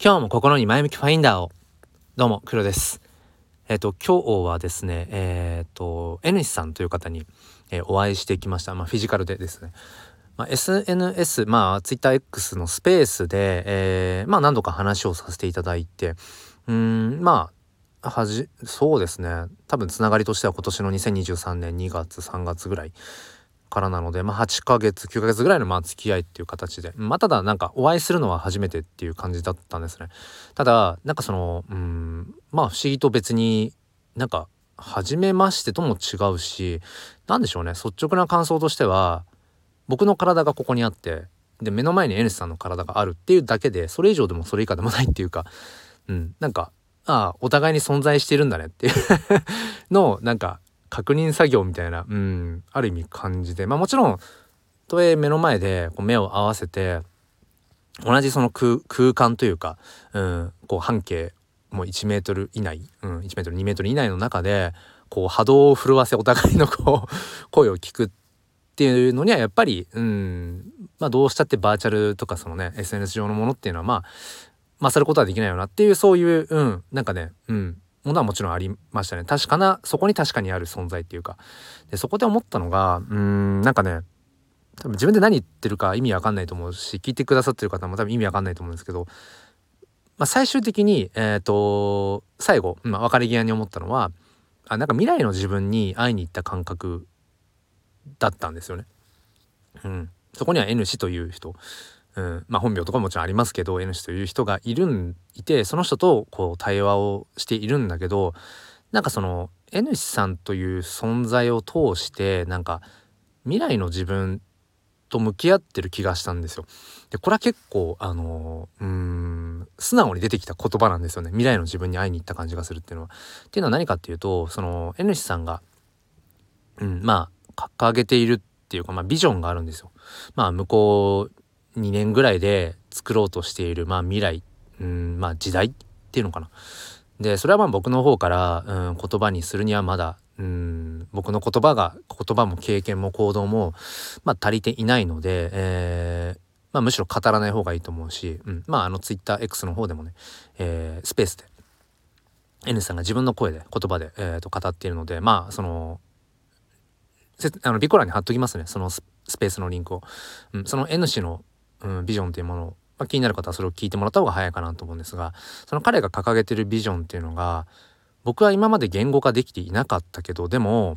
今日も心に前向きファインダーを。どうも黒です。今日はですねN さんという方に、お会いしてきました。フィジカルでですね、SNS、TwitterX のスペースで、何度か話をさせていただいて、そうですね、多分つながりとしては今年の2023年2月3月ぐらいからなので、8ヶ月9ヶ月ぐらいの付き合いっていう形で、ただお会いするのは初めてっていう感じだったんですね。ただ不思議と別に初めましてとも違うし、なんでしょうね、率直な感想としては、僕の体がここにあって、で目の前に N さんの体があるっていうだけで、それ以上でもそれ以下でもないっていうか、お互いに存在しているんだねっていうのを確認作業みたいな、ある意味感じで、もちろんとはいえ目の前でこう目を合わせて、同じその空間というか、半径もう1メートル以内、1メートル2メートル以内の中でこう波動を震わせお互いの声を聞くっていうのにはやっぱりどうしたってバーチャルとかそのね SNS 上のものっていうのは勝ることはできないよなっていう、そういうものはもちろんありましたね。そこに確かにある存在っていうか、でそこで思ったのが多分自分で何言ってるか意味わかんないと思うし、聞いてくださってる方も多分意味わかんないと思うんですけど、最終的に最後、別れ際に思ったのは、未来の自分に会いに行った感覚だったんですよね。そこには N 氏という人、本名とかもちろんありますけど N 氏という人がいて、その人とこう対話をしているんだけど、その N 氏さんという存在を通して未来の自分と向き合ってる気がしたんですよ。でこれは結構素直に出てきた言葉なんですよね。未来の自分に会いに行った感じがするっていうのは。っていうのは何かっていうと、その N 氏さんが掲げているっていうか、ビジョンがあるんですよ。向こう2年ぐらいで作ろうとしている未来、時代っていうのかな。でそれは僕の方から、言葉にするにはまだ僕の言葉も経験も行動も足りていないので、むしろ語らない方がいいと思うし、TwitterX の方でもね、スペースで N さんが自分の声で言葉で、語っているので、その備考欄に貼っときますね、そのスペースのリンクを。その N 氏の、ビジョンっていうものを、気になる方はそれを聞いてもらった方が早いかなと思うんですが、その彼が掲げてるビジョンっていうのが僕は今まで言語化できていなかったけど、でも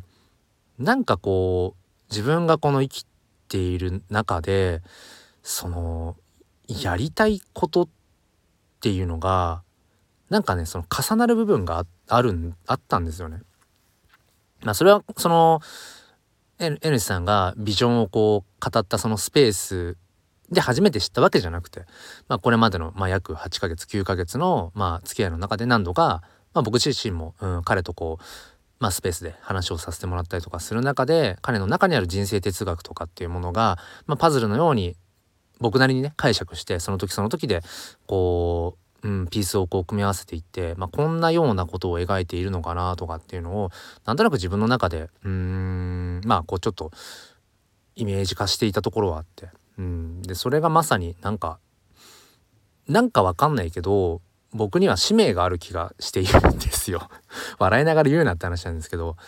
自分がこの生きている中でそのやりたいことっていうのがその重なる部分があったんですよね。それはそのN さんがビジョンを語ったそのスペースで初めて知ったわけじゃなくて、これまでの約8ヶ月9ヶ月の付き合いの中で何度か、僕自身も、彼とスペースで話をさせてもらったりとかする中で、彼の中にある人生哲学とかっていうものが、パズルのように僕なりにね解釈して、その時その時でピースを組み合わせていって、こんなようなことを描いているのかなとかっていうのをなんとなく自分の中でちょっとイメージ化していたところはあって、でそれがまさにわかんないけど僕には使命がある気がしているんですよ笑いながら言うなって話なんですけど、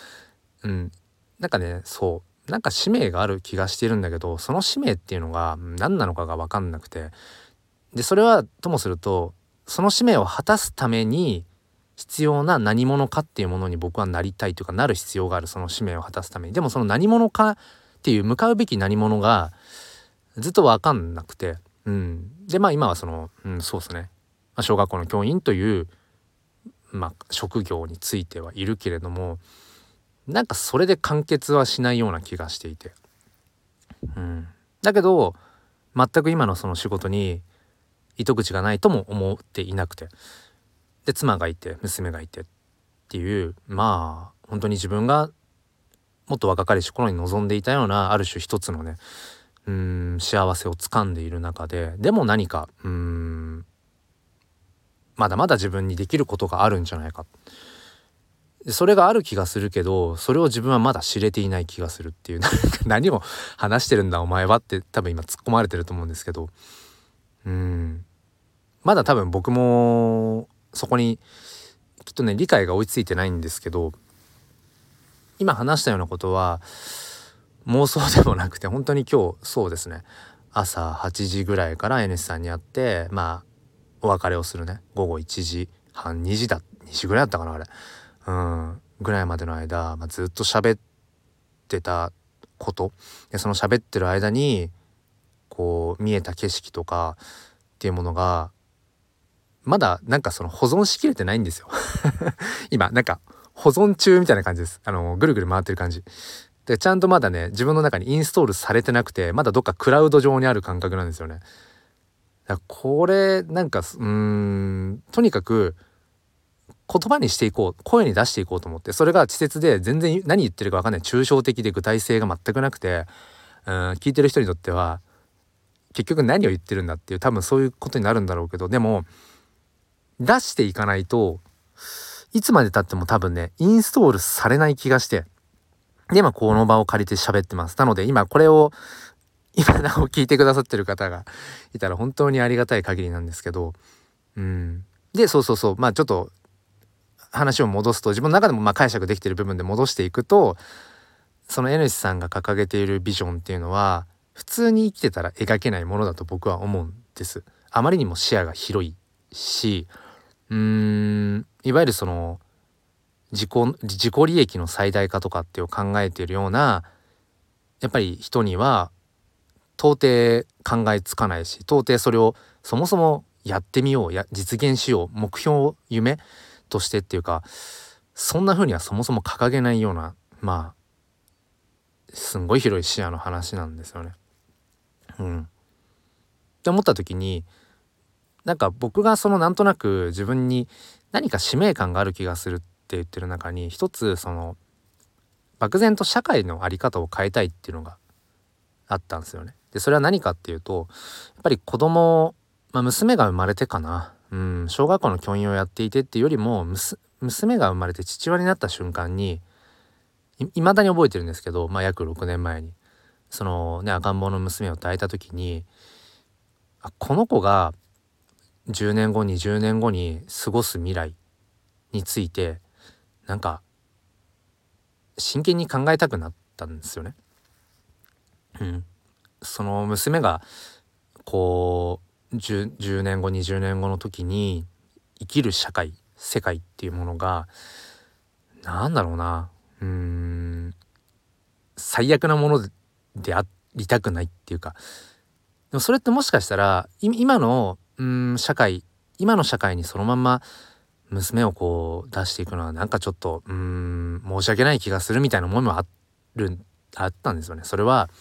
使命がある気がしているんだけど、その使命っていうのが何なのかが分かんなくて、でそれはともするとその使命を果たすために必要な何者かっていうものに僕はなりたいというか、なる必要がある、その使命を果たすために。でもその何者かっていう向かうべき何者がずっと分かんなくて、で今はそうですね、小学校の教員という職業についてはいるけれども、それで完結はしないような気がしていて、だけど全く今のその仕事に糸口がないとも思っていなくて、で妻がいて娘がいてっていう本当に自分がもっと若かりし頃に望んでいたような、ある種一つのね幸せをつかんでいる中で、でも何かまだまだ自分にできることがあるんじゃないか、それがある気がするけど、それを自分はまだ知れていない気がするっていう何を話してるんだお前はって多分今突っ込まれてると思うんですけど、 まだ多分僕もそこにきっとね理解が追いついてないんですけど、今話したようなことは妄想でもなくて、本当に今日そうですね、朝8時ぐらいから N さんに会って、まあお別れをするね、午後1時半2時ぐらいだったかなあれ、ぐらいまでの間、ずっと喋ってたことで、その喋ってる間にこう見えた景色とかっていうものがまだなんかその保存しきれてないんですよ今なんか保存中みたいな感じです。ぐるぐる回ってる感じで、ちゃんとまだね自分の中にインストールされてなくて、まだどっかクラウド上にある感覚なんですよね。だからこれなんかとにかく言葉にしていこう、声に出していこうと思って、それが稚拙で全然何言ってるか分かんない、抽象的で具体性が全くなくて、聞いてる人にとっては結局何を言ってるんだっていう、多分そういうことになるんだろうけど、でも出していかないといつまで経っても多分ねインストールされない気がして、で今この場を借りて喋ってます。なので今これを今なお聞いてくださってる方がいたら本当にありがたい限りなんですけど、でそうちょっと話を戻すと、自分の中でも解釈できてる部分で戻していくと、その N さんが掲げているビジョンっていうのは普通に生きてたら描けないものだと僕は思うんです。あまりにも視野が広いし、いわゆるその自己利益の最大化とかっていう考えているようなやっぱり人には到底考えつかないし、到底それをそもそもやってみよう、実現しよう、目標夢としてっていうか、そんな風にはそもそも掲げないような、すんごい広い視野の話なんですよね。って思った時に、なんか僕がそのなんとなく自分に何か使命感がある気がするって言ってる中に、一つその漠然と社会の在り方を変えたいっていうのがあったんですよね。でそれは何かっていうと、やっぱり子供、娘が生まれてかな、小学校の教員をやっていてっていうよりも、娘が生まれて父親になった瞬間に、いまだに覚えてるんですけど、約6年前にそのね赤ん坊の娘を抱いた時に、この子が10年後20年後に過ごす未来についてなんか真剣に考えたくなったんですよね。その娘がこう10年後20年後の時に生きる世界っていうものがなんだろうな、最悪なものでありたくないっていうか、でもそれってもしかしたら今の今の社会にそのまんま娘をこう出していくのはなんかちょっと申し訳ない気がするみたいな思いもあったんですよね。それは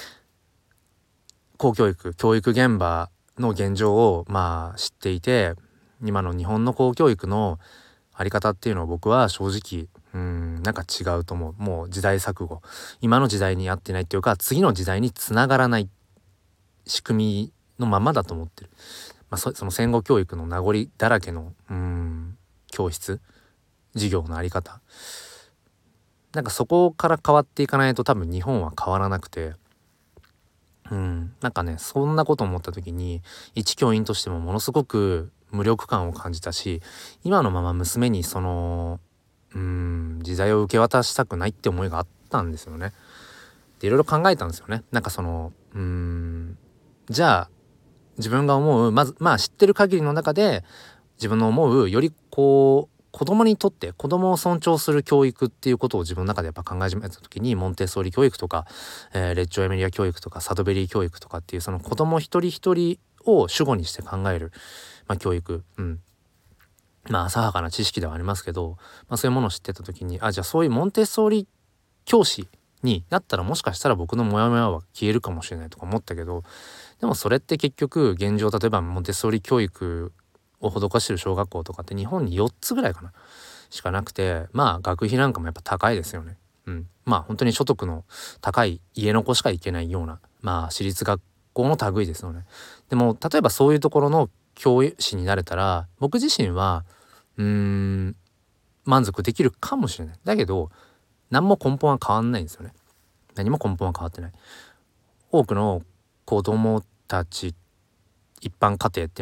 教育現場の現状を知っていて、今の日本の公教育のあり方っていうのを僕は正直なんか違うと思う。もう時代錯誤、今の時代に合ってないっていうか、次の時代につながらない仕組みのままだと思ってる。その戦後教育の名残だらけの教室授業のあり方、なんかそこから変わっていかないと多分日本は変わらなくて、なんかねそんなこと思った時に一教員としてもものすごく無力感を感じたし、今のまま娘にその時代を受け渡したくないって思いがあったんですよね。でいろいろ考えたんですよね。なんかそのじゃあ自分が思う知ってる限りの中で自分の思うよりこう子供にとって子供を尊重する教育っていうことを自分の中でやっぱ考え始めた時に、モンテッソーリ教育とか、レッジョエメリア教育とかサドベリー教育とかっていうその子供一人一人を主語にして考える、教育、浅はかな知識ではありますけど、そういうものを知ってた時に、じゃあそういうモンテッソーリ教師になったらもしかしたら僕のモヤモヤは消えるかもしれないとか思ったけど、でもそれって結局現状、例えばモンテッソーリ教育を施してる小学校とかって日本に4つぐらいかなしかなくて、学費なんかもやっぱ高いですよね。本当に所得の高い家の子しか行けないような私立学校の類ですよね。でも例えばそういうところの教師になれたら僕自身は満足できるかもしれない。だけど何も根本は変わんないんですよね。何も根本は変わってない。多くの子供たち、一般家庭っていうのかな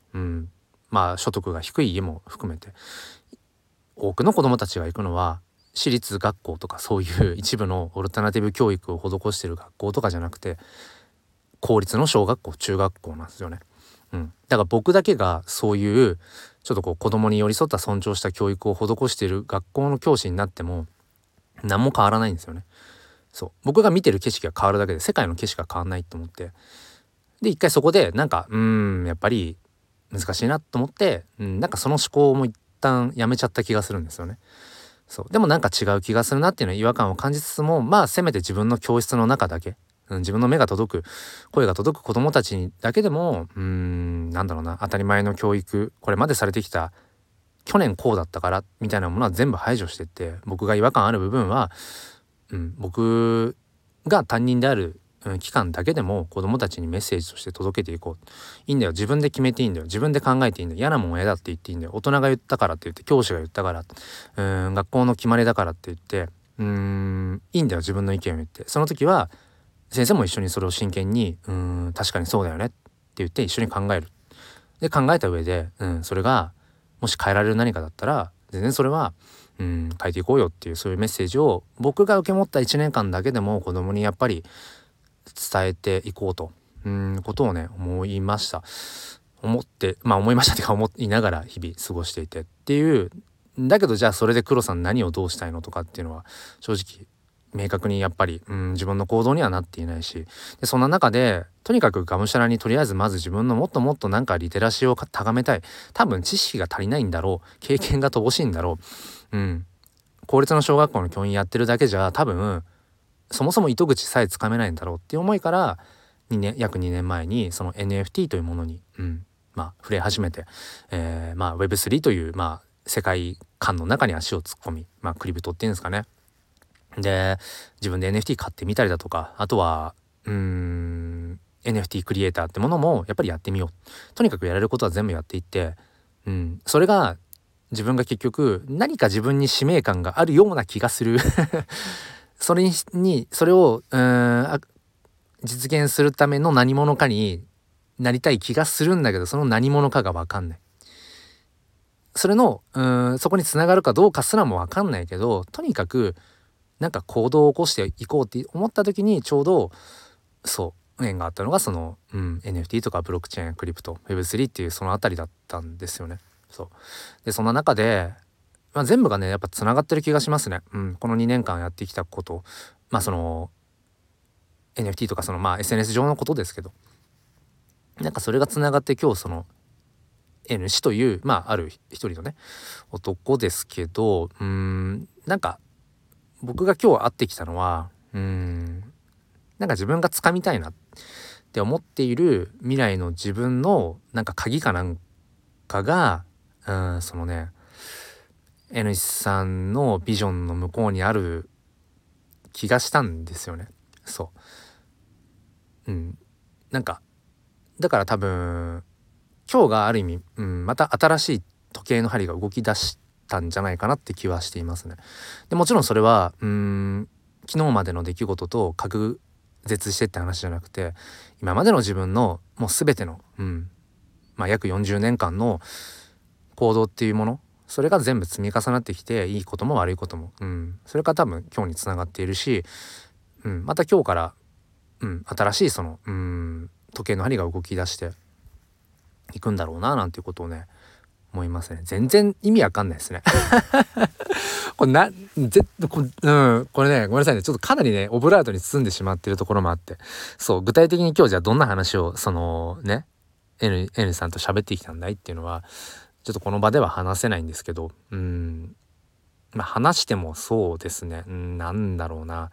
まあ所得が低い家も含めて多くの子どもたちが行くのは私立学校とか、そういう一部のオルタナティブ教育を施している学校とかじゃなくて、公立の小学校中学校なんですよね。だから僕だけがそういうちょっとこう子供に寄り添った尊重した教育を施している学校の教師になっても何も変わらないんですよね。そう僕が見てる景色が変わるだけで世界の景色が変わらないと思って、で一回そこでなんかやっぱり難しいなと思って、なんかその思考も一旦やめちゃった気がするんですよね。そうでもなんか違う気がするなっていうのは違和感を感じつつも、まあせめて自分の教室の中だけ、自分の目が届く声が届く子どもたちにだけでもなんだろうな、当たり前の教育、これまでされてきた去年こうだったからみたいなものは全部排除してって、僕が違和感ある部分は、僕が担任である期間だけでも子どもたちにメッセージとして届けていこう。いいんだよ、自分で決めていいんだよ、自分で考えていいんだよ、嫌なもんは嫌だって言っていいんだよ、大人が言ったからって言って、教師が言ったから、学校の決まりだからって言っていいんだよ、自分の意見を言って、その時は先生も一緒にそれを真剣に確かにそうだよねって言って一緒に考える。で考えた上で、それがもし変えられる何かだったら全然それは変えていこうよっていう、そういうメッセージを僕が受け持った1年間だけでも子供にやっぱり伝えていこうとことをね思いました。思いましたっていうか思いながら日々過ごしていてっていう。だけどじゃあそれで黒さん何をどうしたいのとかっていうのは正直明確にやっぱり自分の行動にはなっていないし、でそんな中でとにかくがむしゃらにとりあえずまず自分のもっともっとなんかリテラシーを高めたい。多分知識が足りないんだろう、経験が乏しいんだろう。公立の小学校の教員やってるだけじゃ多分そもそも糸口さえつかめないんだろうっていう思いから約2年前にその NFT というものに、触れ始めて、Web3 という、世界観の中に足を突っ込み、クリプトっていうんですかね。で自分で NFT 買ってみたりだとか、あとはNFT クリエイターってものもやっぱりやってみよう。とにかくやれることは全部やっていって、それが自分が結局何か自分に使命感があるような気がするそれを実現するための何者かになりたい気がするんだけど、その何者かが分かんない。それのそこにつながるかどうかすらも分かんないけど、とにかくなんか行動を起こしていこうって思った時にちょうど縁があったのがその、NFT とかブロックチェーン、クリプト、Web3 っていうそのあたりだったんですよね。でそんな中で、全部がねやっぱつながってる気がしますね。この2年間やってきたこと、その NFT とかそのSNS 上のことですけど、なんかそれがつながって今日その N 氏というある一人のね男ですけど、なんか僕が今日会ってきたのはなんか自分が掴みたいなって思っている未来の自分のなんか鍵かなんかがそのね N さんのビジョンの向こうにある気がしたんですよね。なんかだから多分今日がある意味、また新しい時計の針が動き出したんじゃないかなって気はしていますね。でもちろんそれは昨日までの出来事と隔絶してって話じゃなくて、今までの自分のもう全ての、約40年間の行動っていうもの、それが全部積み重なってきて、いいことも悪いことも、それが多分今日につながっているし、また今日から、新しいその時計の針が動き出していくんだろうななんていうことをね思いますね。全然意味わかんないですねこれこれねごめんなさいね、ちょっとかなりねオブラートに包んでしまっているところもあって、具体的に今日じゃあどんな話をそのね N さんと喋ってきたんだいっていうのはちょっとこの場では話せないんですけど、話してもそうですね、なんだろうな、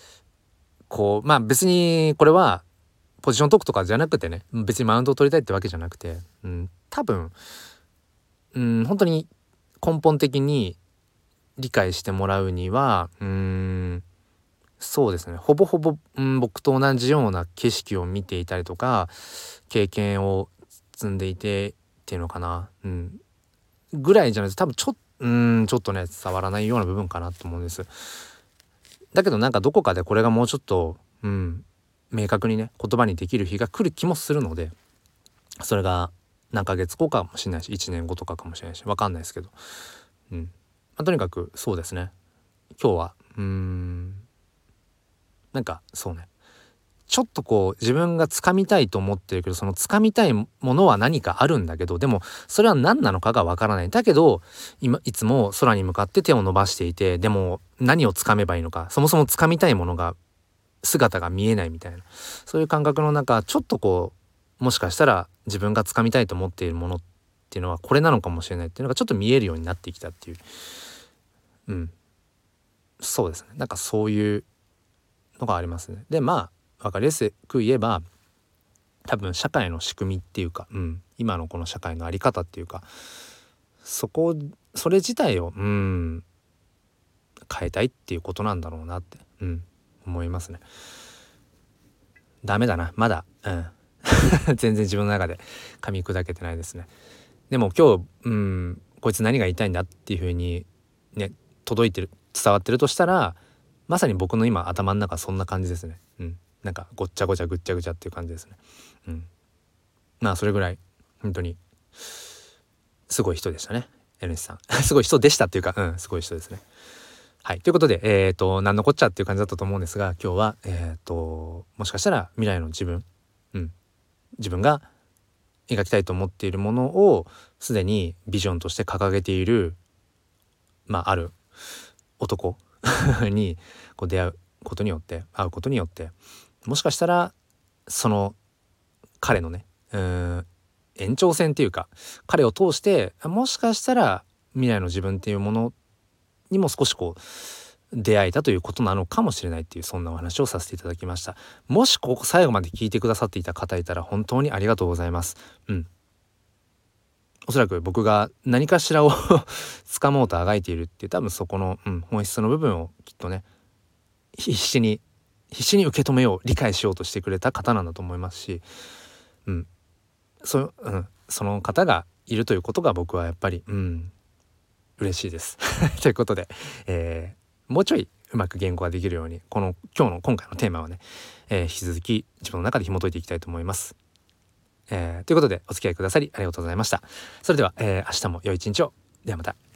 別にこれはポジショントークとかじゃなくてね、別にマウントを取りたいってわけじゃなくて、多分本当に根本的に理解してもらうにはそうですね、ほぼほぼ、僕と同じような景色を見ていたりとか経験を積んでいてっていうのかな、ぐらいじゃないと多分ちょっとね伝わらないような部分かなと思うんです。だけどなんかどこかでこれがもうちょっと明確にね言葉にできる日が来る気もするので、それが何ヶ月後かもしれないし1年後とかかもしれないし分かんないですけど、とにかくそうですね。今日はなんかそうね、ちょっとこう自分が掴みたいと思ってるけど、その掴みたいものは何かあるんだけど、でもそれは何なのかがわからない。だけどいつも空に向かって手を伸ばしていて、でも何を掴めばいいのか、そもそも掴みたいものが姿が見えないみたいな、そういう感覚の中、ちょっとこうもしかしたら自分が掴みたいと思っているものっていうのはこれなのかもしれないっていうのがちょっと見えるようになってきたっていう、そうですね。なんかそういうのがありますね。で分かりやすく言えば、多分社会の仕組みっていうか、今のこの社会の在り方っていうか、それ自体を変えたいっていうことなんだろうなって、思いますね。ダメだなまだ、全然自分の中で噛み砕けてないですね。でも今日こいつ何が言いたいんだっていう風にね伝わってるとしたら、まさに僕の今頭の中そんな感じですね。なんかごっちゃごちゃぐっちゃぐちゃっていう感じですね。それぐらい本当にすごい人でしたね、N さんすごい人でしたっていうか、すごい人ですね。はい、ということで何のこっちゃっていう感じだったと思うんですが、今日はもしかしたら未来の自分、自分が描きたいと思っているものをすでにビジョンとして掲げているある男にこう会うことによってもしかしたらその彼のね延長線っていうか、彼を通してもしかしたら未来の自分っていうものにも少しこう出会えたということなのかもしれないっていう、そんなお話をさせていただきました。もしここ最後まで聞いてくださっていた方いたら本当にありがとうございます。おそらく僕が何かしらを掴もうとあがいているっていう、多分そこの、本質の部分をきっとね必死に受け止めよう、理解しようとしてくれた方なんだと思いますし、その方がいるということが僕はやっぱり嬉しいですということで、もうちょいうまく言語ができるように今回のテーマはね、引き続き自分の中で紐解いていきたいと思います。ということでお付き合いくださりありがとうございました。それでは、明日も良い一日を。ではまた。